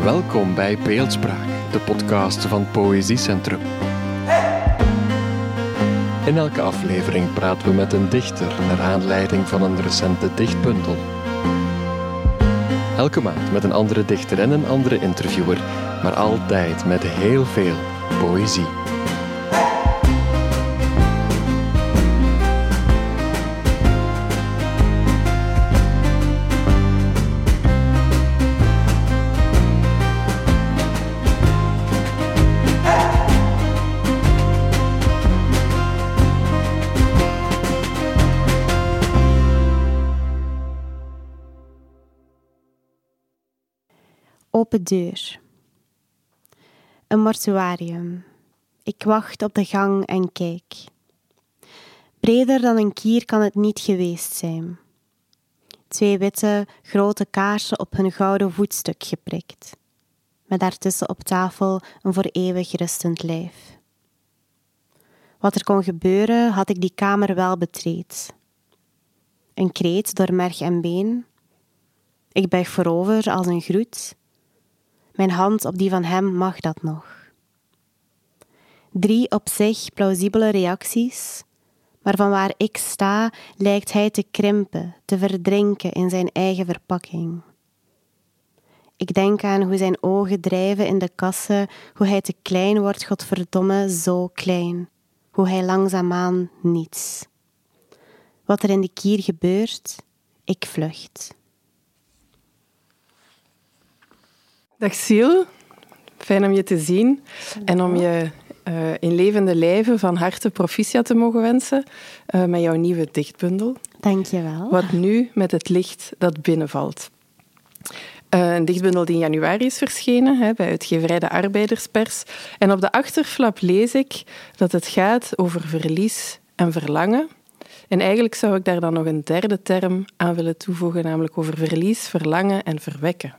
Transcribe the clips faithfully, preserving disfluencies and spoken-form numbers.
Welkom bij Beeldspraak, de podcast van Poëziecentrum. In elke aflevering praten we met een dichter naar aanleiding van een recente dichtbundel. Elke maand met een andere dichter en een andere interviewer, maar altijd met heel veel poëzie. Open deur. Een mortuarium. Ik wacht op de gang en kijk. Breder dan een kier kan het niet geweest zijn. Twee witte, grote kaarsen op hun gouden voetstuk geprikt. Met daartussen op tafel een voor eeuwig rustend lijf. Wat er kon gebeuren, had ik die kamer wel betreed. Een kreet door merg en been. Ik buig voorover als een groet. Mijn hand op die van hem mag dat nog. Drie op zich plausibele reacties, maar van waar ik sta lijkt hij te krimpen, te verdrinken in zijn eigen verpakking. Ik denk aan hoe zijn ogen drijven in de kassen, hoe hij te klein wordt, godverdomme, zo klein. Hoe hij langzaamaan niets. Wat er in de kier gebeurt, ik vlucht. Dag Siel, fijn om je te zien en om je uh, in levende lijven van harte proficiat te mogen wensen uh, met jouw nieuwe dichtbundel. Dank je wel. Wat nu met het licht dat binnenvalt. Uh, een dichtbundel die in januari is verschenen hè, bij uitgeverij De Arbeiderspers. En op de achterflap lees ik dat het gaat over verlies en verlangen. En eigenlijk zou ik daar dan nog een derde term aan willen toevoegen, namelijk over verlies, verlangen en verwekken.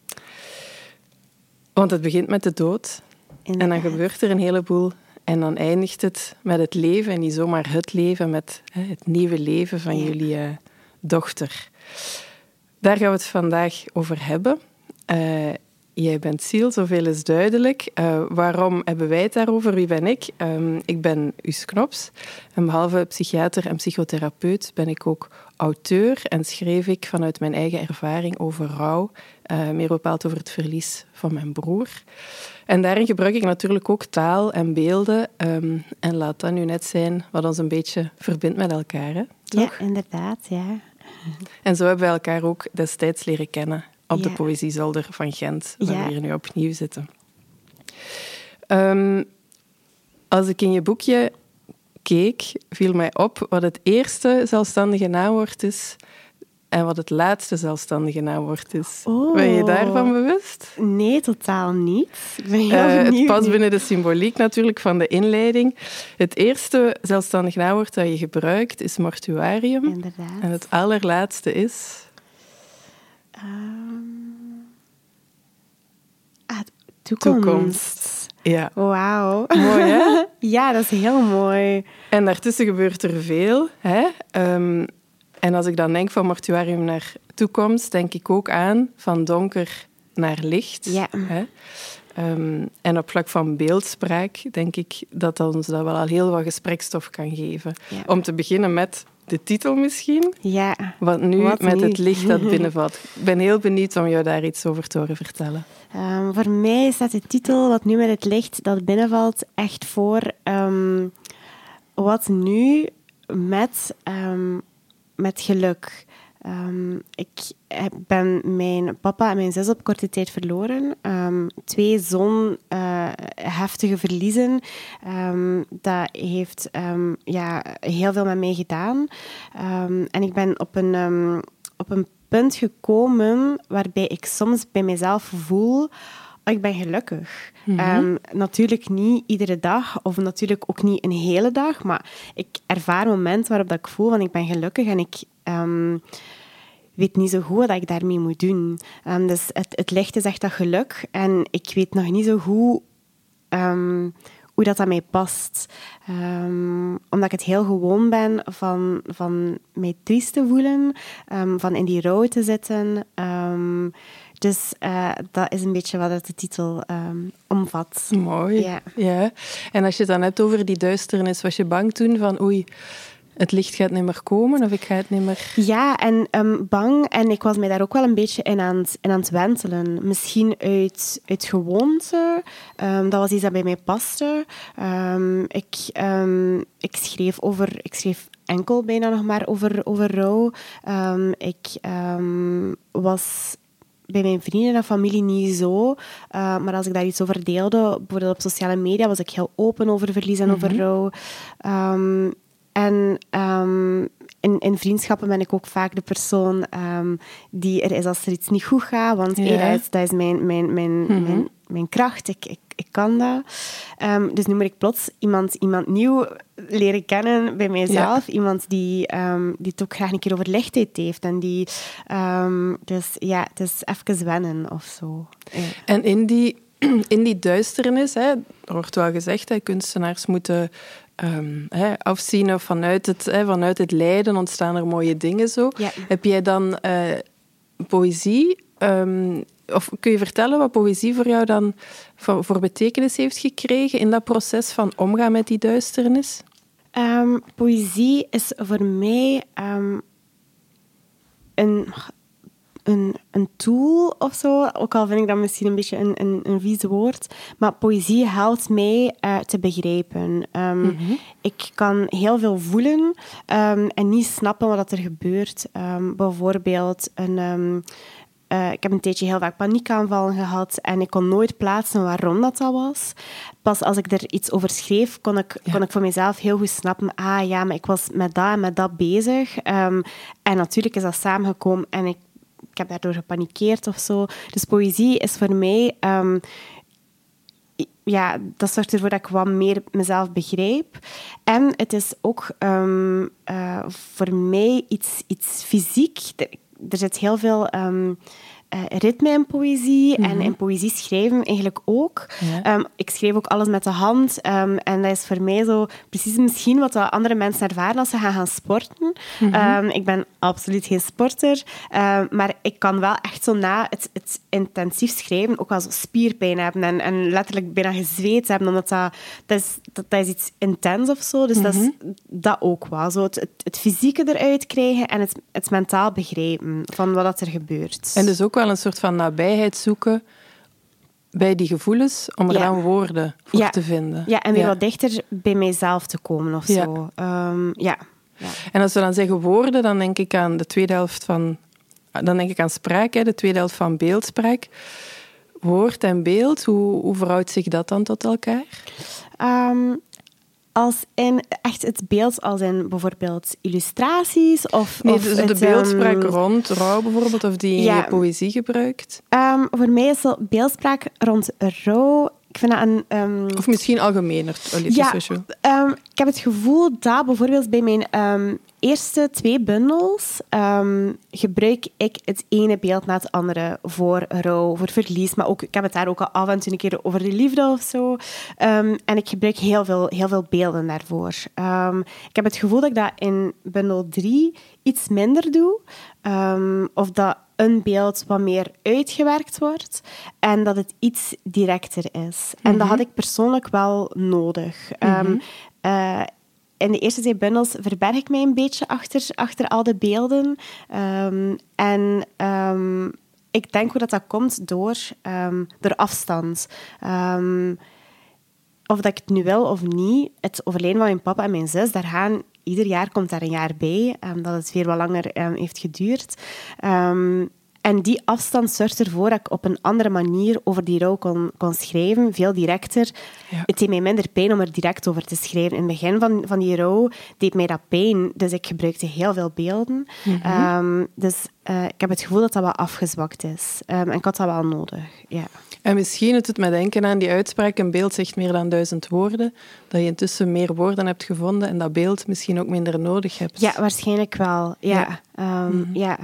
Want het begint met de dood. Inderdaad. En dan gebeurt er een heleboel. En dan eindigt het met het leven. En niet zomaar het leven, met hè, het nieuwe leven van ja. jullie uh, dochter. Daar gaan we het vandaag over hebben. Uh, jij bent Siel, zoveel is duidelijk. Uh, waarom hebben wij het daarover? Wie ben ik? Um, ik ben Us Knops. En behalve psychiater en psychotherapeut ben ik ook auteur en schreef ik vanuit mijn eigen ervaring over rouw, uh, meer bepaald over het verlies van mijn broer. En daarin gebruik ik natuurlijk ook taal en beelden. Um, en laat dat nu net zijn wat ons een beetje verbindt met elkaar. Hè? Toch? Ja, inderdaad, ja. En zo hebben we elkaar ook destijds leren kennen op ja. de Poëziezolder van Gent, waar ja. we hier nu opnieuw zitten. Um, als ik in je boekje keek, viel mij op wat het eerste zelfstandige naamwoord is en wat het laatste zelfstandige naamwoord is. Oh. Ben je daarvan bewust? Nee, totaal niet. Ik ben heel uh, benieuwd. Het past binnen de symboliek natuurlijk van de inleiding. Het eerste zelfstandig naamwoord dat je gebruikt is mortuarium. Inderdaad. En het allerlaatste is... Um... Ah, toekomst. Toekomst. Ja. Wauw. Mooi, hè? Ja, dat is heel mooi. En daartussen gebeurt er veel. Hè? Um, en als ik dan denk van mortuarium naar toekomst, denk ik ook aan van donker naar licht. Ja. Hè? Um, en op vlak van beeldspraak denk ik dat dat ons dat wel al heel wat gesprekstof kan geven. Ja. Om te beginnen met de titel misschien. Ja. Wat nu Wat met nu? het licht dat binnenvalt. Ik ben heel benieuwd om jou daar iets over te horen vertellen. Um, voor mij staat de titel Wat nu met het licht dat binnenvalt echt voor um, wat nu met, um, met geluk. Um, ik ben mijn papa en mijn zus op korte tijd verloren. Um, twee zo'n uh, heftige verliezen. Um, dat heeft um, ja, heel veel met mij gedaan. Um, en ik ben op een, um, op een punt gekomen waarbij ik soms bij mezelf voel... Oh, ik ben gelukkig. Mm-hmm. Um, natuurlijk niet iedere dag, of natuurlijk ook niet een hele dag, maar ik ervaar momenten waarop dat ik voel van ik ben gelukkig en ik um, weet niet zo goed wat ik daarmee moet doen. Um, dus het, het licht is echt dat geluk en ik weet nog niet zo goed um, hoe dat aan mij past. Um, omdat ik het heel gewoon ben van, van mij triest te voelen, um, van in die rouw te zitten, um, Dus uh, dat is een beetje wat het de titel um, omvat. Mooi. Ja. Ja. En als je het dan hebt over die duisternis, was je bang toen van oei, het licht gaat niet meer komen of ik ga het niet meer... Ja, en um, bang. En ik was mij daar ook wel een beetje in aan het, in aan het wentelen. Misschien uit, uit gewoonte. Um, dat was iets dat bij mij paste. Um, ik, um, ik schreef over... Ik schreef enkel bijna nog maar over, over rouw. Um, ik um, was... bij mijn vrienden en familie niet zo. Uh, maar als ik daar iets over deelde, bijvoorbeeld op sociale media, was ik heel open over verlies en mm-hmm. over rouw. Um, en um, in, in vriendschappen ben ik ook vaak de persoon um, die er is als er iets niet goed gaat. Want yeah. hey, dat is, dat is mijn, mijn, mijn, mm-hmm. mijn, mijn kracht. Ik, ik, ik kan dat. Um, dus nu moet ik plots iemand, iemand nieuw leren kennen bij mijzelf. Ja. Iemand die, um, die het ook graag een keer over lichtheid heeft. En die, um, dus ja, het is even wennen of zo. Ja. En in die, in die duisternis, hè, er wordt wel gezegd, hè, kunstenaars moeten um, hè, afzien of vanuit het, hè, vanuit het lijden ontstaan er mooie dingen zo. Ja. Heb jij dan uh, poëzie... Um, Of kun je vertellen wat poëzie voor jou dan voor, voor betekenis heeft gekregen in dat proces van omgaan met die duisternis? Um, poëzie is voor mij um, een, een, een tool of zo. Ook al vind ik dat misschien een beetje een, een, een vies woord. Maar poëzie helpt mij uh, te begrijpen. Um, mm-hmm. Ik kan heel veel voelen um, en niet snappen wat er gebeurt. Um, bijvoorbeeld een... Um, Uh, ik heb een tijdje heel vaak paniekaanvallen gehad en ik kon nooit plaatsen waarom dat, dat was. Pas als ik er iets over schreef, kon ik, ja. kon ik voor mezelf heel goed snappen, ah ja, maar ik was met dat en met dat bezig. Um, en natuurlijk is dat samengekomen en ik, ik heb daardoor gepanikeerd of zo. Dus poëzie is voor mij... Um, ja, dat zorgt ervoor dat ik wat meer mezelf begrijp. En het is ook um, uh, voor mij iets, iets fysiek... Er zit heel veel um, uh, ritme in poëzie mm-hmm. en in poëzie schrijven eigenlijk ook. Ja. Um, ik schrijf ook alles met de hand um, en dat is voor mij zo precies misschien wat andere mensen ervaren als ze gaan gaan sporten. Mm-hmm. Um, ik ben absoluut geen sporter, um, maar ik kan wel echt zo na het, het intensief schrijven ook wel zo spierpijn hebben en, en letterlijk bijna gezweet hebben, omdat dat, dat, is, dat, dat is iets intens of zo. Dus mm-hmm. dat is dat ook wel. Zo het, het, het fysieke eruit krijgen en het, het mentaal begrijpen van wat er gebeurt. En dus ook wel een soort van nabijheid zoeken bij die gevoelens, om er ja. dan woorden voor ja. te vinden. Ja, en weer ja. wat dichter bij mijzelf te komen of ja. zo. Um, ja. ja. En als we dan zeggen woorden, dan denk ik aan de tweede helft van... Dan denk ik aan spraak, hè, de tweede helft van beeldspraak. Woord en beeld, hoe, hoe verhoudt zich dat dan tot elkaar? Um, Als in echt het beeld, als in bijvoorbeeld illustraties? Of, nee, of dus het, de beeldspraak um, rond rouw bijvoorbeeld, of die in ja. je poëzie gebruikt? Um, voor mij is de beeldspraak rond rouw... Ik vind dat een... Um, of misschien algemener. Ja, um, ik heb het gevoel dat bijvoorbeeld bij mijn um, eerste twee bundels um, gebruik ik het ene beeld na het andere voor rouw, voor verlies. Maar ook, ik heb het daar ook al af en toe een keer over de liefde of zo. Um, en ik gebruik heel veel, heel veel beelden daarvoor. Um, ik heb het gevoel dat ik dat in bundel drie iets minder doe. Um, of dat een beeld wat meer uitgewerkt wordt en dat het iets directer is. Mm-hmm. En dat had ik persoonlijk wel nodig. Mm-hmm. Um, uh, in de eerste twee bundels verberg ik mij een beetje achter, achter al de beelden. Um, en um, ik denk hoe dat, dat komt door, um, door afstand. Um, of dat ik het nu wil of niet, het overlijden van mijn papa en mijn zus, daar gaan... Ieder jaar komt daar een jaar bij, um, dat het weer wat langer um, heeft geduurd. Um, en die afstand zorgt ervoor dat ik op een andere manier over die rouw kon, kon schrijven, veel directer. Ja. Het deed mij minder pijn om er direct over te schrijven. In het begin van, van die rouw deed mij dat pijn, dus ik gebruikte heel veel beelden. Mm-hmm. Um, dus uh, ik heb het gevoel dat dat wat afgezwakt is. Um, en ik had dat wel nodig, ja. En misschien het doet me denken aan die uitspraak, een beeld zegt meer dan duizend woorden, dat je intussen meer woorden hebt gevonden en dat beeld misschien ook minder nodig hebt. Ja, waarschijnlijk wel. Ja. Ja. Um, mm-hmm. ja.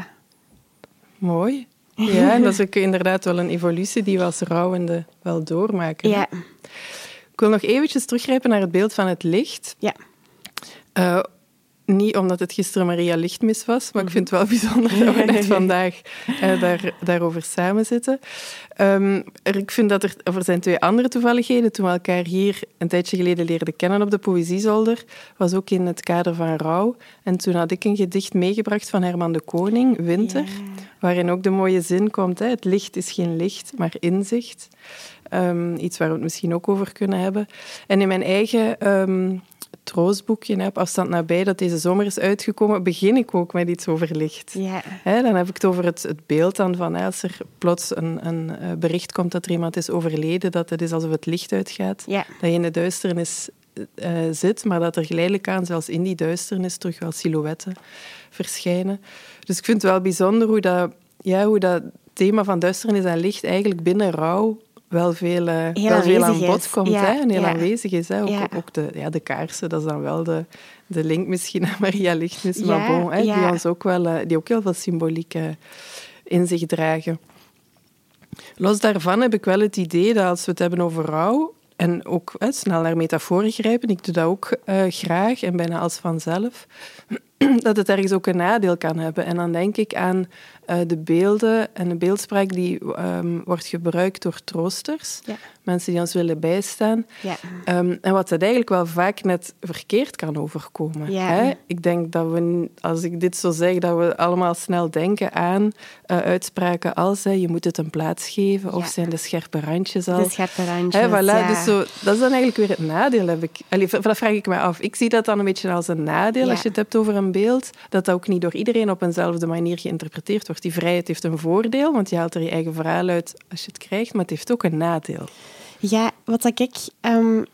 Mooi. Ja, en dat is ook inderdaad wel een evolutie die we als rouwende wel doormaken. Ja. Ik wil nog eventjes teruggrijpen naar het beeld van het licht. Ja. Uh, Niet omdat het gisteren Maria Lichtmis was, maar ik vind het wel bijzonder dat we net vandaag uh, daar, daarover samen zitten. Um, er, ik vind dat er, er zijn twee andere toevalligheden. Toen we elkaar hier een tijdje geleden leerden kennen op de Poëziezolder, was ook in het kader van rouw. En toen had ik een gedicht meegebracht van Herman de Koning, Winter, yeah. waarin ook de mooie zin komt, hè, het licht is geen licht, maar inzicht. Um, iets waar we het misschien ook over kunnen hebben. En in mijn eigen... Um, troostboekje, op afstand nabij, dat deze zomer is uitgekomen, begin ik ook met iets over licht. Yeah. He, dan heb ik het over het, het beeld dan van, he, als er plots een, een bericht komt dat er iemand is overleden, dat het is alsof het licht uitgaat, yeah. dat je in de duisternis uh, zit, maar dat er geleidelijk aan, zelfs in die duisternis, terug wel silhouetten verschijnen. Dus ik vind het wel bijzonder hoe dat, ja, hoe dat thema van duisternis en licht eigenlijk binnen rouw wel veel, uh, wel veel aan bod komt, ja, hè, en heel ja. aanwezig is. Hè. Ook, ja. ook de, ja, de kaarsen, dat is dan wel de, de link misschien naar Maria Lichtmis, ja, maar bon, hè, ja. die, ons ook wel, uh, die ook heel veel symboliek uh, in zich dragen. Los daarvan heb ik wel het idee dat als we het hebben over rouw, en ook hè, snel naar metaforen grijpen, ik doe dat ook uh, graag en bijna als vanzelf, dat het ergens ook een nadeel kan hebben. En dan denk ik aan uh, de beelden en de beeldspraak die um, wordt gebruikt door troosters. Ja. Mensen die ons willen bijstaan. Ja. Um, en wat dat eigenlijk wel vaak net verkeerd kan overkomen. Ja. Hè? Ik denk dat we, als ik dit zo zeg, dat we allemaal snel denken aan uh, uitspraken als hè, je moet het een plaats geven, ja. of zijn de scherpe randjes al. De scherpe randjes, hè, voilà, ja. Dus zo, dat is dan eigenlijk weer het nadeel. Heb ik, allee, dat vraag ik me af. Ik zie dat dan een beetje als een nadeel, ja. als je het hebt over een beeld, dat dat ook niet door iedereen op eenzelfde manier geïnterpreteerd wordt. Die vrijheid heeft een voordeel, want je haalt er je eigen verhaal uit als je het krijgt, maar het heeft ook een nadeel. Ja, wat ik um,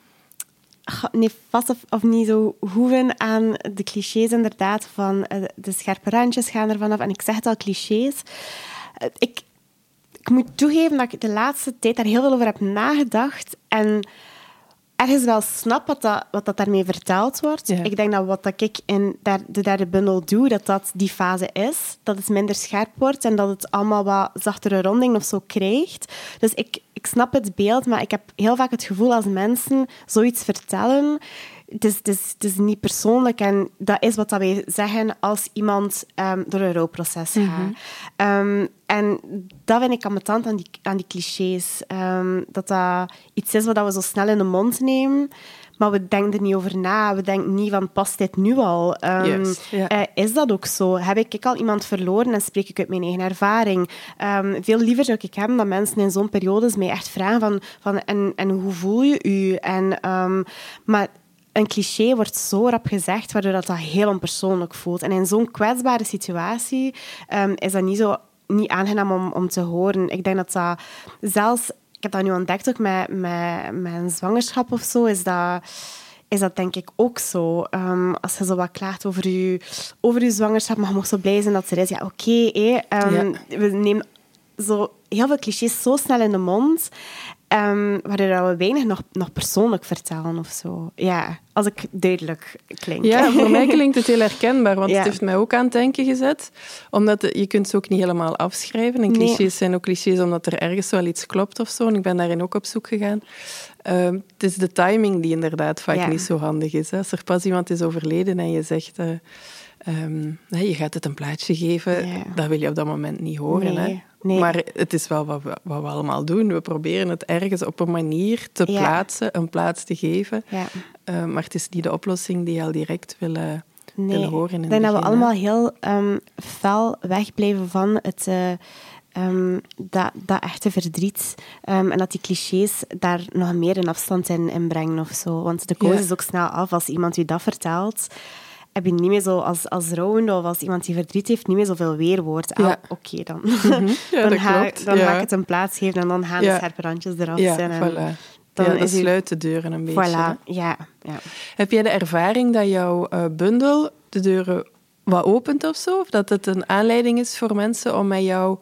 nee, vast of, of niet zo hoeven aan de clichés inderdaad, van uh, de scherpe randjes gaan ervan af. En ik zeg het al, clichés. Uh, ik, ik moet toegeven dat ik de laatste tijd daar heel veel over heb nagedacht en ergens wel snap wat dat, wat dat daarmee verteld wordt. Ja. Ik denk dat wat dat ik in de derde bundel doe, dat dat die fase is. Dat het minder scherp wordt en dat het allemaal wat zachtere ronding of zo krijgt. Dus ik, ik snap het beeld, maar ik heb heel vaak het gevoel als mensen zoiets vertellen, het is, het, is, het is niet persoonlijk en dat is wat dat wij zeggen als iemand um, door een rouwproces gaat. Mm-hmm. Um, en dat vind ik ambetant aan die, aan die clichés. Um, dat dat iets is wat we zo snel in de mond nemen, maar we denken er niet over na. We denken niet van, past dit nu al? Um, yes, yeah. uh, is dat ook zo? Heb ik, ik al iemand verloren en spreek ik uit mijn eigen ervaring? Um, veel liever zou ik hebben dat mensen in zo'n periodes mij echt vragen van, van en, en hoe voel je u? En, um, maar een cliché wordt zo rap gezegd, waardoor dat, dat heel onpersoonlijk voelt. En in zo'n kwetsbare situatie um, is dat niet, zo, niet aangenaam om, om te horen. Ik denk dat dat zelfs... Ik heb dat nu ontdekt ook met, met, met een zwangerschap of zo, is dat... is dat denk ik ook zo. Um, als je zo wat klaagt over je, over je zwangerschap, maar je mag zo blij zijn dat ze er is. Ja, oké. Okay, um, ja. We nemen zo heel veel clichés zo snel in de mond, um, waardoor we weinig nog, nog persoonlijk vertellen of zo. Ja, als ik duidelijk klink. Ja, voor mij klinkt het heel herkenbaar, want ja. het heeft mij ook aan het denken gezet. Omdat je kunt ze ook niet helemaal afschrijven. En clichés nee. zijn ook clichés omdat er ergens wel iets klopt of zo. En ik ben daarin ook op zoek gegaan. Uh, het is de timing die inderdaad vaak ja. niet zo handig is. Hè. Als er pas iemand is overleden en je zegt... Uh, um, je gaat het een plaatsje geven, ja. dat wil je op dat moment niet horen. Nee. Hè. Nee. Maar het is wel wat we, wat we allemaal doen. We proberen het ergens op een manier te ja. plaatsen, een plaats te geven. Ja. Uh, maar het is niet de oplossing die je al direct willen, nee. willen horen. In ik denk begin, dat we allemaal heel um, fel wegblijven van het... Uh, Um, dat, dat echte verdriet. Um, en dat die clichés daar nog meer een afstand in, in brengen of zo. Want de koos ja. is ook snel af. Als iemand u dat vertelt, heb je niet meer zo als, als rouwende of als iemand die verdriet heeft, niet meer zoveel weerwoord. Ah, ja. Oké, okay, dan. Mm-hmm. Ja, dan ga, klopt. dan ja. ga ik het een plaats geven en dan gaan ja. de scherpe randjes eraf ja, zijn. En voilà. dan ja, is dat u... sluit de deuren een beetje. Voilà, ja, ja. Heb jij de ervaring dat jouw uh, bundel de deuren wat opent of zo? Of dat het een aanleiding is voor mensen om met jou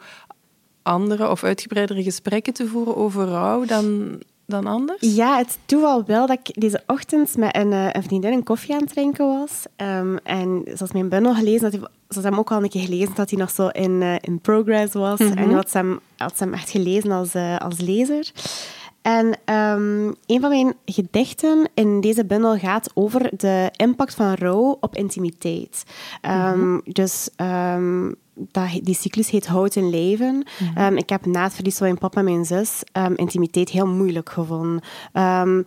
andere of uitgebreidere gesprekken te voeren over rouw dan, dan anders? Ja, het toeval wel dat ik deze ochtend met een, een vriendin een koffie aan het drinken was. Um, en ze had mijn bundel gelezen. Dat hij, ze had hem ook al een keer gelezen dat hij nog zo in, uh, in progress was. Mm-hmm. En had ze, hem, had ze hem echt gelezen als, uh, als lezer. En um, een van mijn gedichten in deze bundel gaat over de impact van rouw op intimiteit. Um, mm-hmm. Dus um, dat, die cyclus heet Houten Leven. Mm-hmm. Um, ik heb na het verlies van mijn papa en mijn zus um, intimiteit heel moeilijk gevonden. Um,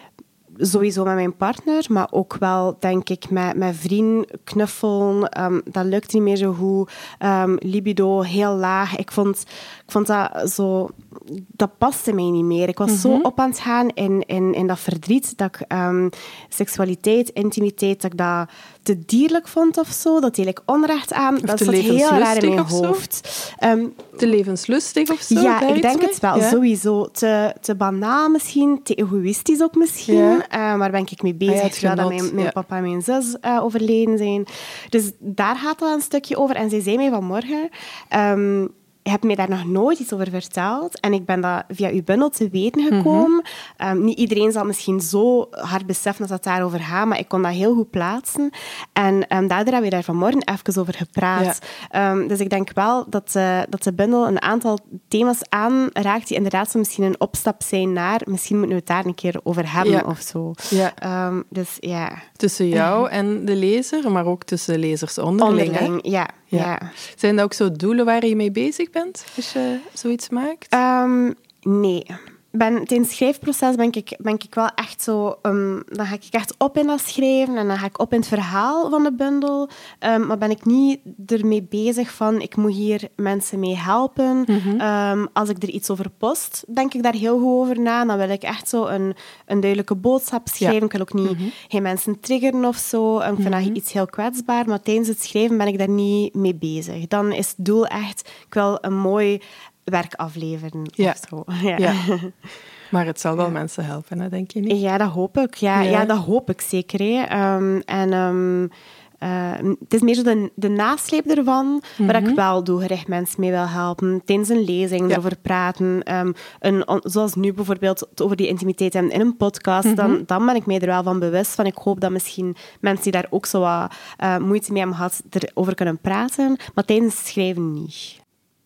Sowieso met mijn partner, maar ook wel, denk ik, met, met vrienden, knuffelen. Um, dat lukt niet meer zo goed. Um, libido, heel laag. Ik vond, ik vond dat zo... Dat paste mij niet meer. Ik was mm-hmm. zo op aan het gaan in, in, in dat verdriet, dat ik um, seksualiteit, intimiteit, dat ik dat te dierlijk vond of zo. Dat deel ik onrecht aan. Of dat zat heel raar in mijn hoofd. Um, te levenslustig of zo? Ja, ik denk het wel. Ja? Sowieso. Te, te banaal misschien, te egoïstisch ook misschien. Ja. Uh, waar ben ik mee bezig? Ah, ja, terwijl dat mijn, mijn ja. papa en mijn zus uh, overleden zijn. Dus daar gaat het een stukje over. En zij zei mij vanmorgen... Um, Je hebt mij daar nog nooit iets over verteld. En ik ben dat via uw bundel te weten gekomen. Mm-hmm. Um, niet iedereen zal misschien zo hard beseffen dat het daarover gaat, maar ik kon dat heel goed plaatsen. En um, daardoor hebben we daar vanmorgen even over gepraat. Ja. Um, dus ik denk wel dat, uh, dat de bundel een aantal thema's aanraakt die inderdaad zo misschien een opstap zijn naar misschien moeten we het daar een keer over hebben ja. of zo. Ja. Um, dus ja. Tussen jou en de lezer, maar ook tussen lezers onderling. Onderling, ja. Ja. Ja. Zijn dat ook zo doelen waar je mee bezig bent, als je zoiets maakt? Um, nee. Ben, tijdens het schrijfproces ben ik, ben ik wel echt zo... Um, dan ga ik echt op in dat schrijven en dan ga ik op in het verhaal van de bundel. Um, maar ben ik niet ermee bezig van, ik moet hier mensen mee helpen. Mm-hmm. Um, als ik er iets over post, denk ik daar heel goed over na. Dan wil ik echt zo een, een duidelijke boodschap schrijven. Ja. Ik wil ook niet mm-hmm. geen mensen triggeren of zo. Ik vind mm-hmm. dat iets heel kwetsbaar. Maar tijdens het schrijven ben ik daar niet mee bezig. Dan is het doel echt, ik wil een mooi... werk afleveren ja. of zo. Ja. Ja. Maar het zal wel ja. mensen helpen, hè, denk je niet? Ja, dat hoop ik. Ja, ja. ja dat hoop ik zeker. Hè. Um, en um, uh, het is meer zo de, de nasleep ervan, mm-hmm. waar ik wel doelgericht mensen mee wil helpen. Tijdens een lezing, ja. erover praten. Um, een, on, zoals nu bijvoorbeeld, over die intimiteit hebben in een podcast. Mm-hmm. Dan, dan ben ik mij er wel van bewust van. Ik hoop dat misschien mensen die daar ook zo wat uh, moeite mee hebben gehad, erover kunnen praten. Maar tijdens het schrijven niet.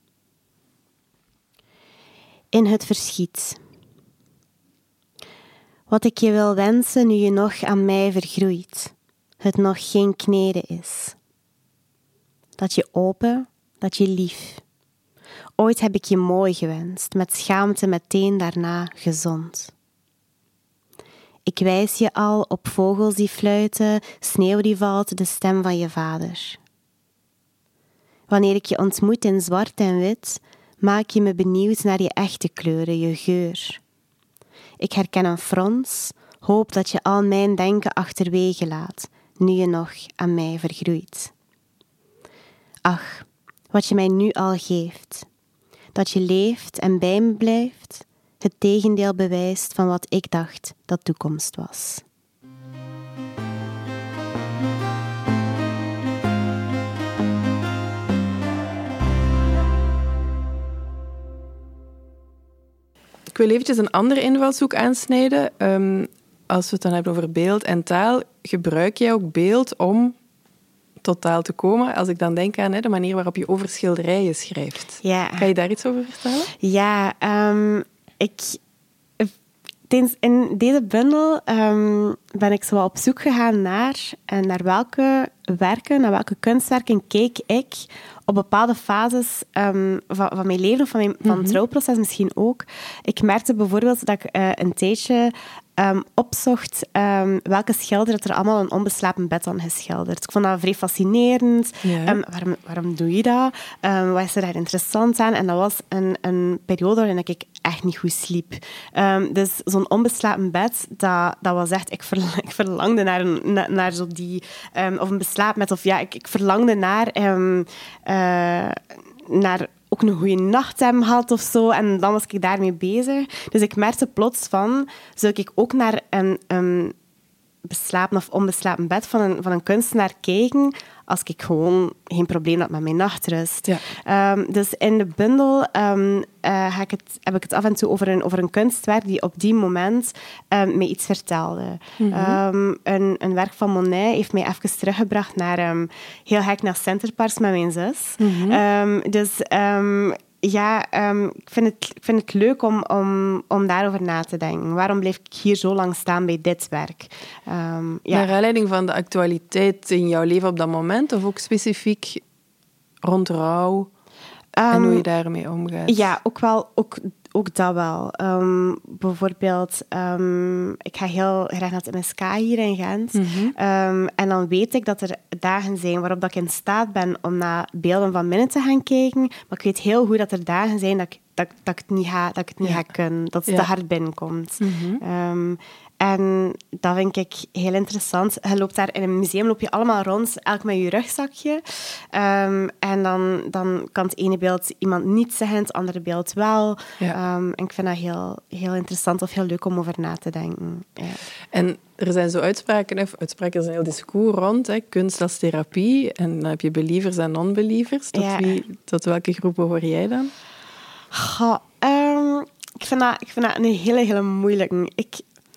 In het verschiet. Wat ik je wil wensen nu je nog aan mij vergroeit, het nog geen knede is. Dat je open, dat je lief. Ooit heb ik je mooi gewenst, met schaamte meteen daarna gezond. Ik wijs je al op vogels die fluiten, sneeuw die valt, de stem van je vader. Wanneer ik je ontmoet in zwart en wit, maak je me benieuwd naar je echte kleuren, je geur. Ik herken een frons, hoop dat je al mijn denken achterwege laat, nu je nog aan mij vergroeit. Ach, wat je mij nu al geeft. Dat je leeft en bij me blijft, het tegendeel bewijst van wat ik dacht dat toekomst was. Ik wil eventjes een andere invalshoek aansnijden. Um, als we het dan hebben over beeld en taal, gebruik jij ook beeld om tot taal te komen? Als ik dan denk aan hè, de manier waarop je over schilderijen schrijft. Ja. Kan je daar iets over vertellen? Ja, um, ik... In deze bundel um, ben ik zo op zoek gegaan naar, naar welke werken, naar welke kunstwerken keek ik op bepaalde fases um, van, van mijn leven of van, mijn, van het mm-hmm. trouwproces misschien ook. Ik merkte bijvoorbeeld dat ik uh, een tijdje um, opzocht um, welke schilder dat er allemaal een onbeslapen bed aan geschilderd. Ik vond dat vrij fascinerend. Ja. Um, waarom, waarom doe je dat? Um, wat is er daar interessant aan? En dat was een, een periode waarin ik echt niet goed sliep. Um, dus zo'n onbeslapen bed, dat, dat was echt... Ik, verlang, ik verlangde naar, een, naar, naar zo die... Um, of een beslapen bed, of ja, ik, ik verlangde naar... Um, uh, naar ook een goede nacht hebben gehad of zo. En dan was ik daarmee bezig. Dus ik merkte plots van... Zou ik ook naar een, een beslapen of onbeslapen bed van een, van een kunstenaar kijken... als ik gewoon geen probleem had met mijn nachtrust. Ja. Um, dus in de bundel um, uh, ga ik het, heb ik het af en toe over een, over een kunstwerk die op die moment um, mij iets vertelde. Mm-hmm. Um, een, een werk van Monet heeft mij even teruggebracht naar... Um, heel gek naar Centerparks met mijn zus. Mm-hmm. Um, dus... Um, Ja, um, ik, vind het, ik vind het leuk om, om, om daarover na te denken. Waarom bleef ik hier zo lang staan bij dit werk? Um, ja. Naar aanleiding van de actualiteit in jouw leven op dat moment, of ook specifiek rond rouw um, en hoe je daarmee omgaat? Ja, ook wel... Ook, Ook dat wel. Um, bijvoorbeeld, um, ik ga heel graag naar het M S K hier in Gent. Mm-hmm. Um, en dan weet ik dat er dagen zijn waarop dat ik in staat ben om naar beelden van binnen te gaan kijken. Maar ik weet heel goed dat er dagen zijn dat ik, dat, dat ik het niet ga, dat ik het niet ja. ga kunnen. Dat het ja. te hard binnenkomt. Mm-hmm. Um, en dat vind ik heel interessant. Je loopt daar in een museum, loop je allemaal rond, elk met je rugzakje. Um, en dan, dan kan het ene beeld iemand niet zeggen, het andere beeld wel. Ja. Um, en ik vind dat heel, heel interessant of heel leuk om over na te denken. Ja. En er zijn zo uitspraken, of uitspraken, er is een heel discours rond, hè, kunst als therapie. En dan heb je believers en non-believers. Tot, ja. wie, tot welke groepen hoor jij dan? Goh, um, ik, vind dat, ik vind dat een hele, hele moeilijke. Ik...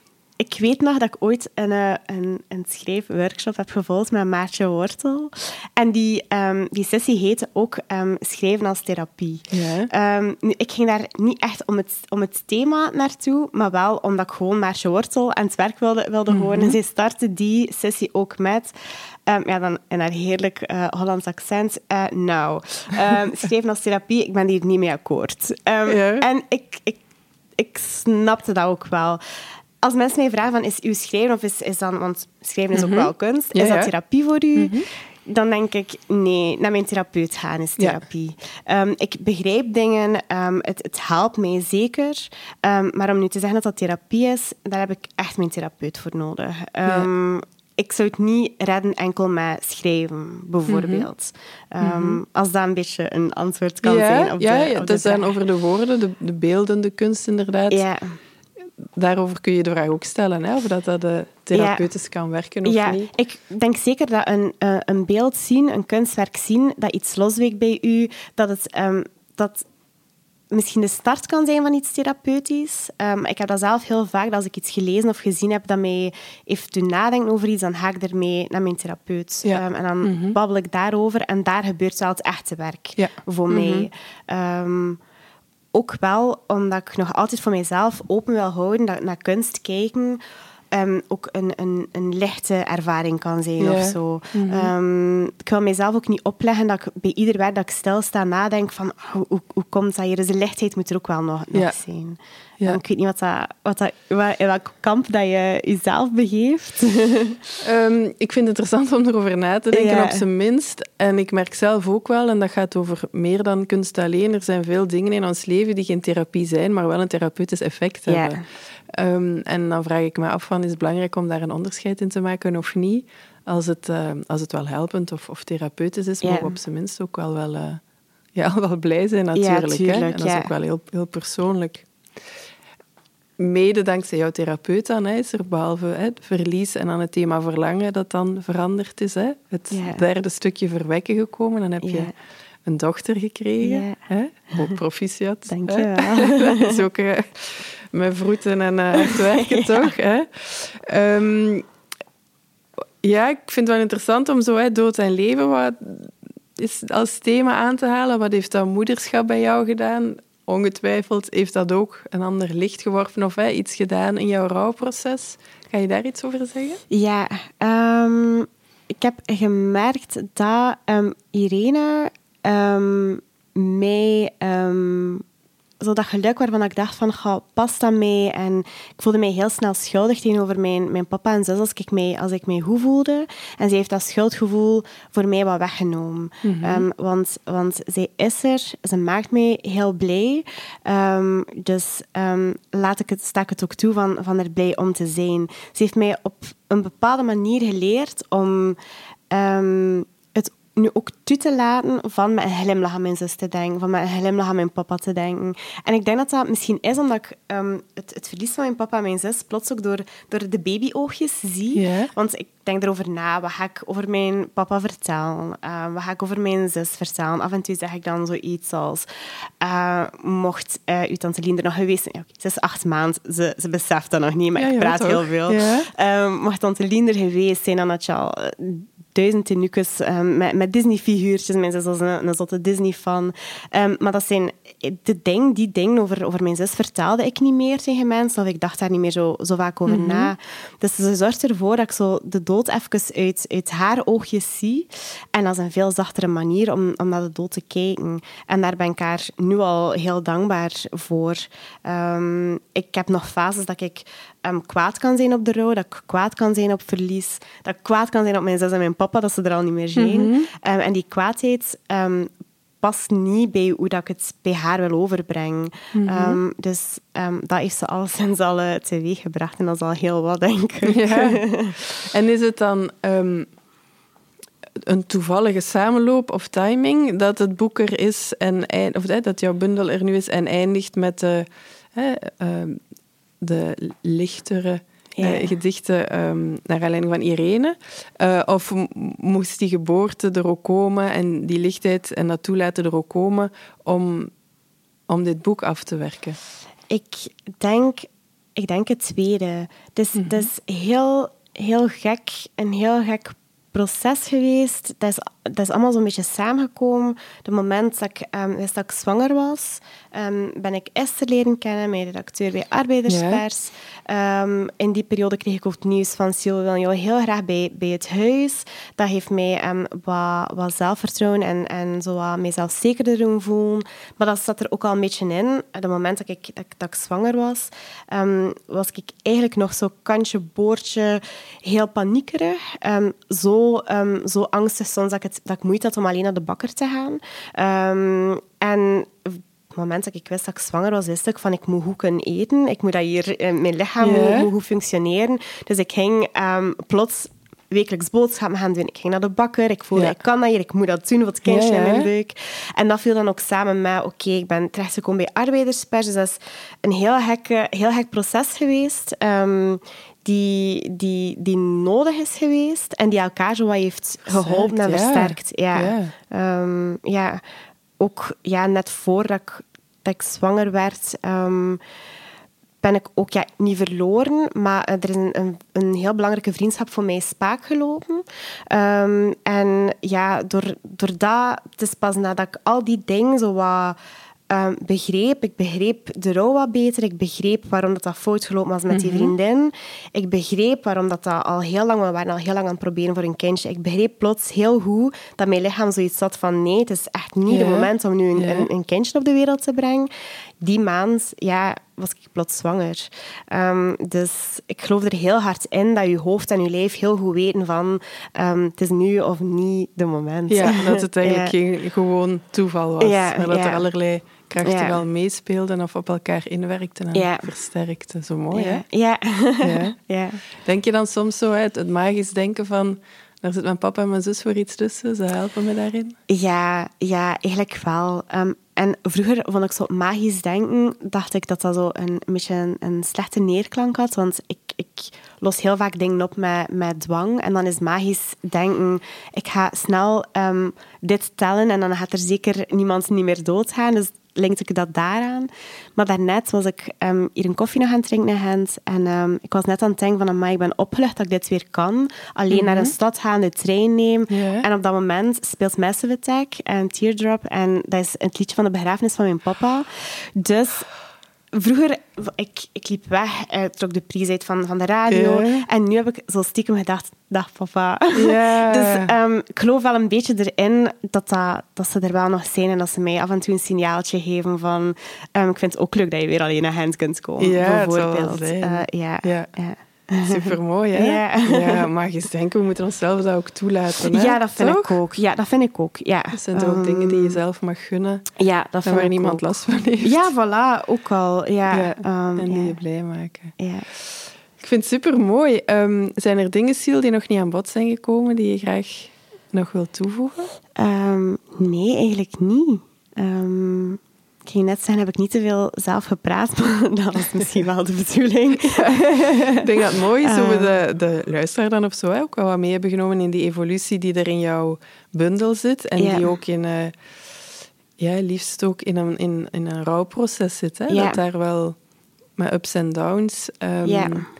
Ik weet nog dat ik ooit een, een, een schrijfworkshop heb gevolgd met Maartje Wortel. En die, um, die sessie heette ook um, Schrijven als therapie. Ja. Um, nu, ik ging daar niet echt om het, om het thema naartoe, maar wel omdat ik gewoon Maartje Wortel aan het werk wilde, wilde mm-hmm. horen. En zij startte die sessie ook met... Um, ja, dan in haar heerlijk uh, Hollands accent. Uh, nou, um, schrijven als therapie, ik ben hier niet mee akkoord. Um, ja. En ik, ik, ik snapte dat ook wel. Als mensen mij vragen, van, is uw schrijven of is, is dan... Want schrijven is ook mm-hmm. wel kunst. Is ja, dat ja. therapie voor u? Mm-hmm. Dan denk ik, nee, naar mijn therapeut gaan is therapie. Ja. Um, ik begrijp dingen, um, het, het helpt mij zeker. Um, maar om nu te zeggen dat dat therapie is, daar heb ik echt mijn therapeut voor nodig. Um, ja. Ik zou het niet redden enkel met schrijven, bijvoorbeeld. Mm-hmm. Um, mm-hmm. Als dat een beetje een antwoord kan ja, zijn. Op ja, de, ja, op dat de zijn over de woorden, de, de beelden, de kunst inderdaad. Ja. Daarover kun je de vraag ook stellen, hè, of dat, dat uh, therapeutisch ja. kan werken of ja, niet. Ik denk zeker dat een, uh, een beeld zien, een kunstwerk zien, dat iets losweekt bij u, dat het um, dat misschien de start kan zijn van iets therapeutisch. Um, ik heb dat zelf heel vaak, dat als ik iets gelezen of gezien heb dat mij heeft doen nadenken over iets, dan ga ik ermee naar mijn therapeut. Ja. Um, en dan mm-hmm. babbel ik daarover en daar gebeurt wel het echte werk ja. voor mm-hmm. mij. Um, Ook wel omdat ik nog altijd voor mezelf open wil houden, dat naar kunst kijken um, ook een, een, een lichte ervaring kan zijn ja. of zo. Mm-hmm. Um, ik wil mezelf ook niet opleggen dat ik bij ieder werk dat ik stilsta nadenk van hoe, hoe, hoe komt dat hier? Dus de lichtheid moet er ook wel nog, nog ja. zijn. Ja. Um, ik weet niet wat dat, wat dat, in welk kamp dat je jezelf begeeft. um, ik vind het interessant om erover na te denken, ja. op zijn minst. En ik merk zelf ook wel, en dat gaat over meer dan kunst alleen, er zijn veel dingen in ons leven die geen therapie zijn, maar wel een therapeutisch effect ja. hebben. Um, en dan vraag ik me af, van, is het belangrijk om daar een onderscheid in te maken of niet? Als het, uh, als het wel helpend of, of therapeutisch is, ja. mogen we op zijn minst ook wel, wel, uh, ja, wel blij zijn natuurlijk. Ja, tuurlijk, hè? En dat is ja. ook wel heel, heel persoonlijk. Mede dankzij jouw therapeut dan, hè, is er behalve hè, het verlies en dan het thema verlangen dat dan veranderd is. Hè, het ja. derde stukje verwekken gekomen. Dan heb je ja. een dochter gekregen. Ja. Hè? Ook proficiat. Dank je wel. Dat is ook uh, met vroeten en uh, hard werken, ja. toch? Hè? Um, ja, ik vind het wel interessant om zo hè, dood en leven wat is als thema aan te halen. Wat heeft dat moederschap bij jou gedaan? Ongetwijfeld heeft dat ook een ander licht geworpen of hè, iets gedaan in jouw rouwproces. Kan je daar iets over zeggen? Ja, um, ik heb gemerkt dat um, Irene um, mij... Um, zo dat geluk waarvan ik dacht van, ga, past dat mee? En ik voelde mij heel snel schuldig tegenover mijn, mijn papa en zus als ik, mij, als ik mij goed voelde. En zij heeft dat schuldgevoel voor mij wat weggenomen. Mm-hmm. Um, want, want zij is er, ze maakt mij heel blij. Um, dus um, laat ik het, sta ik het ook toe van, van er blij om te zijn. Ze heeft mij op een bepaalde manier geleerd om... Um, nu ook toe te laten van met een glimlach aan mijn zus te denken, van met een glimlach aan mijn papa te denken. En ik denk dat dat misschien is omdat ik um, het, het verlies van mijn papa en mijn zus plots ook door, door de babyoogjes zie. Yeah. Want ik denk erover na, wat ga ik over mijn papa vertellen? Uh, wat ga ik over mijn zus vertellen? Af en toe zeg ik dan zoiets als, uh, mocht uh, uw tante Lien er nog geweest zijn? Ja, okay, ze is acht maanden, ze, ze beseft dat nog niet, maar ja, ik praat ja, heel veel. Yeah. Um, mocht tante Lien er geweest zijn, dan had je al... Uh, duizend tenuques um, met, met Disney-figuurtjes. Mijn zus was een, een zotte Disney-fan. Um, maar dat zijn de ding, die dingen over, over mijn zus vertelde ik niet meer tegen mensen. Of ik dacht daar niet meer zo, zo vaak over mm-hmm. na. Dus ze zorgt ervoor dat ik zo de dood even uit, uit haar oogjes zie. En dat is een veel zachtere manier om, om naar de dood te kijken. En daar ben ik haar nu al heel dankbaar voor. Um, ik heb nog fases dat ik um, kwaad kan zijn op de rouw, dat ik kwaad kan zijn op verlies, dat ik kwaad kan zijn op mijn zus en mijn papa, dat ze er al niet meer zijn. Mm-hmm. Um, en die kwaadheid um, past niet bij hoe dat ik het bij haar wil overbrengen. Mm-hmm. Um, dus um, dat heeft ze alleszins al uh, teweeggebracht en dat is al heel wat, denk ik. Ja. En is het dan um, een toevallige samenloop of timing dat het boek er is en eind, of eh, dat jouw bundel er nu is en eindigt met de, eh, uh, de lichtere ja. uh, gedichten um, naar aanleiding van Irene? Uh, of m- moest die geboorte er ook komen en die lichtheid en dat toelaten er ook komen om, om dit boek af te werken? Ik denk, ik denk het tweede. Dus mm-hmm. het is heel, heel gek, een heel gek proces geweest. Dat is, dat is allemaal zo'n beetje samengekomen. Het moment dat ik, um, wist dat ik zwanger was, um, ben ik Esther leren kennen, mijn redacteur bij Arbeiderspers. Ja. Um, in die periode kreeg ik ook het nieuws van Sil, we willen jou heel graag bij, bij het huis. Dat heeft mij um, wat, wat zelfvertrouwen en, en zo wat mijzelf zekerder doen voelen. Maar dat zat er ook al een beetje in. Het moment dat ik, dat, dat ik zwanger was, um, was ik eigenlijk nog zo kantje, boordje, heel paniekerig. Um, zo, um, zo angstig soms dat ik, het, dat ik moeite had om alleen naar de bakker te gaan. Um, en op het moment dat ik wist dat ik zwanger was, wist ik van ik moet goed kunnen eten. Ik moet dat hier, uh, mijn lichaam yeah. moet, moet goed functioneren. Dus ik ging um, plots wekelijks boodschappen gaan doen. Ik ging naar de bakker. Ik voelde, ja. ik kan dat hier. Ik moet dat doen voor het kindje ja, ja. in mijn buik. En dat viel dan ook samen met, oké, okay, ik ben terechtgekomen bij Arbeiderspers. Dus dat is een heel gek, heel gek proces geweest. Um, Die, die, die nodig is geweest en die elkaar zo wat heeft geholpen en versterkt. Ja. Ja. Um, ja. Ook ja, net voordat ik, dat ik zwanger werd, um, ben ik ook ja, niet verloren, maar er is een, een, een heel belangrijke vriendschap voor mij spaak gelopen. Um, en ja, door, door dat, het is pas nadat ik al die dingen zo wat Um, begreep. Ik begreep de rouw wat beter. Ik begreep waarom dat, dat fout gelopen was met die vriendin. Ik begreep waarom dat, dat al heel lang... We waren al heel lang aan het proberen voor een kindje. Ik begreep plots heel goed dat mijn lichaam zoiets had van nee, het is echt niet het ja. moment om nu een, ja. een, een kindje op de wereld te brengen. Die maand ja, was ik plots zwanger. Um, dus ik geloof er heel hard in dat je hoofd en je lijf heel goed weten van um, het is nu of niet de moment. Ja, dat het eigenlijk ja. geen gewoon toeval was. Ja, maar dat ja. er allerlei krachten ja. al meespeelden of op elkaar inwerkten en ja. versterkten. Zo mooi, ja. hè? Ja. ja. ja. Denk je dan soms zo, hè, het, het magisch denken van... Daar zit mijn papa en mijn zus voor iets tussen. Ze helpen me daarin. Ja, ja eigenlijk wel. Um, en vroeger vond ik zo magisch denken, dacht ik dat dat zo een, een beetje een, een slechte neerklank had. Want ik, ik los heel vaak dingen op met, met dwang. En dan is magisch denken, ik ga snel um, dit tellen en dan gaat er zeker niemand niet meer doodgaan. Dus linkte ik dat daaraan. Maar daarnet was ik um, hier een koffie nog aan het drinken in Gent. En um, ik was net aan het denken van, amai, ik ben opgelucht dat ik dit weer kan. Alleen mm-hmm. naar een stad gaan, de trein nemen. Yeah. En op dat moment speelt Massive Attack en Teardrop. En dat is het liedje van de begrafenis van mijn papa. Dus... Vroeger, ik, ik liep weg, uh, trok de prijs uit van, van de radio. Yeah. En nu heb ik zo stiekem gedacht, dag papa. Yeah. Dus um, ik geloof wel een beetje erin dat, dat, dat ze er wel nog zijn en dat ze mij af en toe een signaaltje geven van um, ik vind het ook leuk dat je weer alleen naar Gent kunt komen. Ja, bijvoorbeeld. Uh, ja, ja. ja. Supermooi, hè? Ja. Ja, magisch denken. We moeten onszelf dat ook toelaten, hè? Ja, dat vind Toch? ik ook. Ja, dat vind ik ook. Ja. Dat zijn toch ook um, dingen die je zelf mag gunnen. Ja, dat vind waar ik niemand ook. last van heeft. Ja, voilà. Ook al. Ja, ja, um, en die ja. je blij maken. Ja. Ik vind het supermooi. Um, zijn er dingen, Sil, die nog niet aan bod zijn gekomen, die je graag nog wilt toevoegen? Um, nee, eigenlijk niet. Um, ik ging net zeggen, heb ik niet te veel zelf gepraat, maar dat was misschien wel de bedoeling. Ik denk dat het mooi is hoe we de, de luisteraar dan of zo hè, ook wel wat mee hebben genomen in die evolutie die er in jouw bundel zit en ja. die ook in, uh, ja, liefst ook in een, in, in een rouwproces zit. Hè? Ja. Dat daar wel met ups en downs um, ja.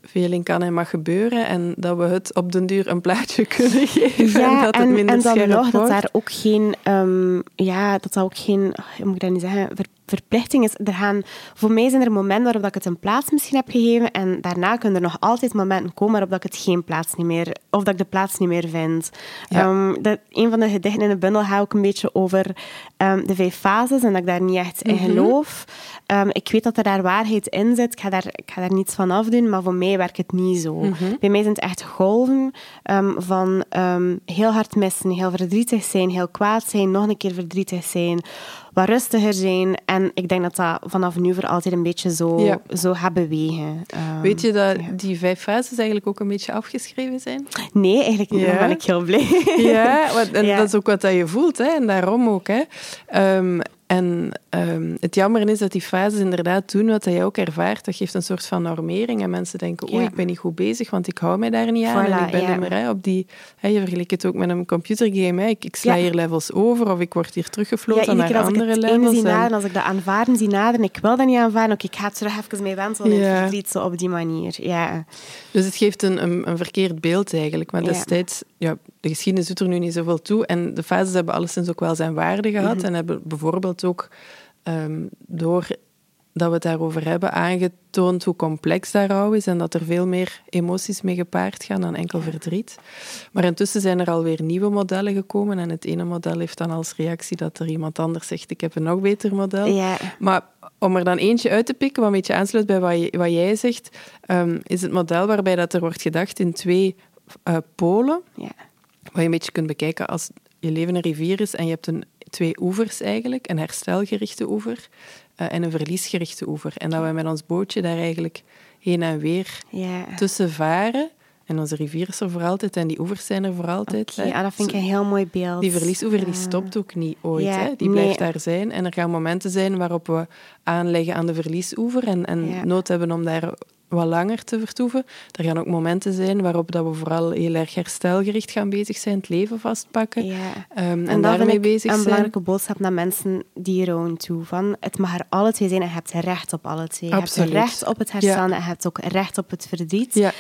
veel in kan en mag gebeuren en dat we het op den duur een plaatje kunnen geven Ja, en dat het en, minder en dan scherp nog dat wordt. daar ook geen, um, ja, dat dat ook geen, hoe moet ik dat nu zeggen, ver, verplichting is. Er gaan, voor mij zijn er momenten waarop ik het een plaats misschien heb gegeven en daarna kunnen er nog altijd momenten komen waarop ik het geen plaats niet meer, of dat ik de plaats niet meer vind. Ja. Um, dat, een van de gedichten in de bundel gaat ook een beetje over um, de vijf fases en dat ik daar niet echt in Mhm. geloof. Um, ik weet dat er daar waarheid in zit. Ik ga daar, ik ga daar niets van afdoen, maar voor mij werkt het niet zo. Mhm. Bij mij zijn het echt golven um, van um, heel hard missen, heel verdrietig zijn, heel kwaad zijn, nog een keer verdrietig zijn, wat rustiger zijn. En ik denk dat dat vanaf nu voor altijd een beetje zo, Ja. zo gaat bewegen. Um, Weet je dat ja. die vijf fases eigenlijk ook een beetje afgeschreven zijn? Nee, eigenlijk niet. Ja. Dan ben ik heel blij. Ja, wat- en Ja. dat is ook wat dat je voelt, hè, en daarom ook. Hè. Um, en um, het jammer is dat die fases inderdaad doen wat je ook ervaart. Dat geeft een soort van normering. En mensen denken, oei, Ja. ik ben niet goed bezig, want ik hou mij daar niet aan. Voilà, en ik ben ja. niet meer hè, op die... Hè, je vergelijkt het ook met een computergame. Hè. Ik, ik sla Ja. hier levels over of ik word hier Ja, teruggefloten iedere keer naar als ik andere het ene levels. zie en- naderen, als ik dat aanvaarden zie naderen, ik wil dat niet aanvaarden, ook ik ga terug even mee wentelen in Ja. het verdriet, zo op die manier. Ja. Dus het geeft een, een, een verkeerd beeld eigenlijk. Maar Ja. destijds, ja, de geschiedenis doet er nu niet zoveel toe. En de fases hebben alleszins ook wel zijn waarde gehad. Mhm. En hebben bijvoorbeeld ook, um, door dat we het daarover hebben, aangetoond hoe complex dat rouw is. En dat er veel meer emoties mee gepaard gaan dan enkel verdriet. Maar intussen zijn er alweer nieuwe modellen gekomen. En het ene model heeft dan als reactie dat er iemand anders zegt, ik heb een nog beter model. Ja. Maar om er dan eentje uit te pikken, wat een beetje aansluit bij wat, je, wat jij zegt, um, is het model waarbij dat er wordt gedacht in twee uh, polen. Ja. Wat je een beetje kunt bekijken als je leven een rivier is en je hebt een, twee oevers eigenlijk, een herstelgerichte oever uh, en een verliesgerichte oever. En dat we met ons bootje daar eigenlijk heen en weer Ja. tussen varen. En onze rivier is er voor altijd en die oevers zijn er voor altijd. Oké, hè. ja, dat vind ik een heel mooi beeld. Die verliesoever die Ah. stopt ook niet ooit. Ja, Hè? Die nee. blijft daar zijn. En er gaan momenten zijn waarop we aanleggen aan de verliesoever en, en Ja. nood hebben om daar wat langer te vertoeven. Er gaan ook momenten zijn waarop dat we vooral heel erg herstelgericht gaan bezig zijn, het leven vastpakken Ja. um, en, En dat daarmee vind ik bezig een zijn. belangrijke boodschap naar mensen die rouwen toe. Van, het mag er alle twee zijn en je hebt recht op alle twee. Je Absoluut. hebt recht op het herstellen Ja. en je hebt ook recht op het verdriet. Ja,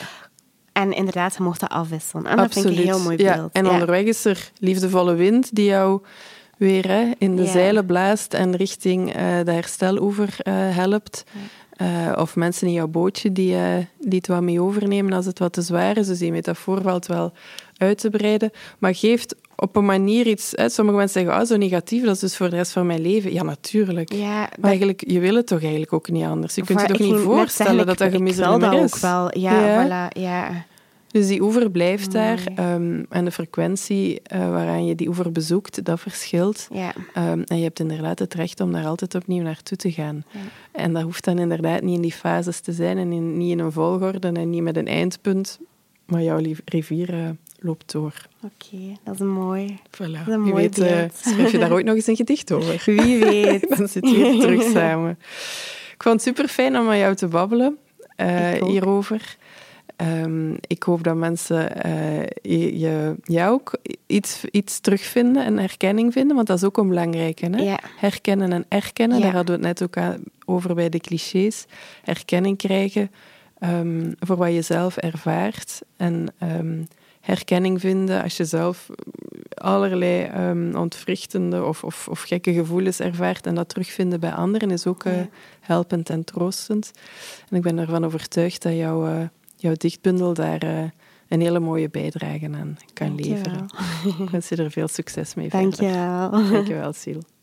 En inderdaad, je mocht dat afwisselen. En dat absoluut. vind ik een heel mooi Ja, beeld. en Ja. onderweg is er liefdevolle wind die jou weer hè, in de Ja. zeilen blaast en richting uh, de hersteloever uh, helpt. Uh, of mensen in jouw bootje die, uh, die het wat mee overnemen als het wat te zwaar is. Dus die metafoor valt wel uit te breiden. Maar geeft op een manier iets... Hè, sommige mensen zeggen, oh, zo negatief, dat is dus voor de rest van mijn leven. Ja, natuurlijk. Ja, maar dat- eigenlijk, je wil het toch eigenlijk ook niet anders. Je kunt je Voilà, toch ik niet ging net voorstellen zeggen, dat dat ik- ik gemis er wil niet meer dat is. ook wel. Ja, Ja. voilà. Ja. Dus die oever blijft daar. Mooi. Um, en de frequentie uh, waaraan je die oever bezoekt, dat verschilt. Ja. Um, en je hebt inderdaad het recht om daar altijd opnieuw naartoe te gaan. Ja. En dat hoeft dan inderdaad niet in die fases te zijn en in, niet in een volgorde en niet met een eindpunt. Maar jouw li- rivier uh, loopt door. Oké, dat is mooi. Voilà. Dat is een Wie mooi weet, uh, beeld. schrijf je daar ooit nog eens een gedicht over. Wie weet. Dan zitten we hier terug samen. Ik vond het super fijn om met jou te babbelen uh, Ik ook. hierover. Um, ik hoop dat mensen uh, je, je, jou ook iets, iets terugvinden en herkenning vinden, want dat is ook een belangrijke. Hè? Ja. Herkennen en erkennen, Ja. daar hadden we het net ook aan, over bij de clichés. Herkenning krijgen um, voor wat je zelf ervaart en um, herkenning vinden als je zelf allerlei um, ontwrichtende of, of, of gekke gevoelens ervaart en dat terugvinden bij anderen is ook uh, Ja. helpend en troostend. En ik ben ervan overtuigd dat jouw, uh, jouw dichtbundel daar uh, een hele mooie bijdrage aan kan Dank je leveren. wel. Ik wens je er veel succes mee Dank je verder. wel. Dank je wel, Sil.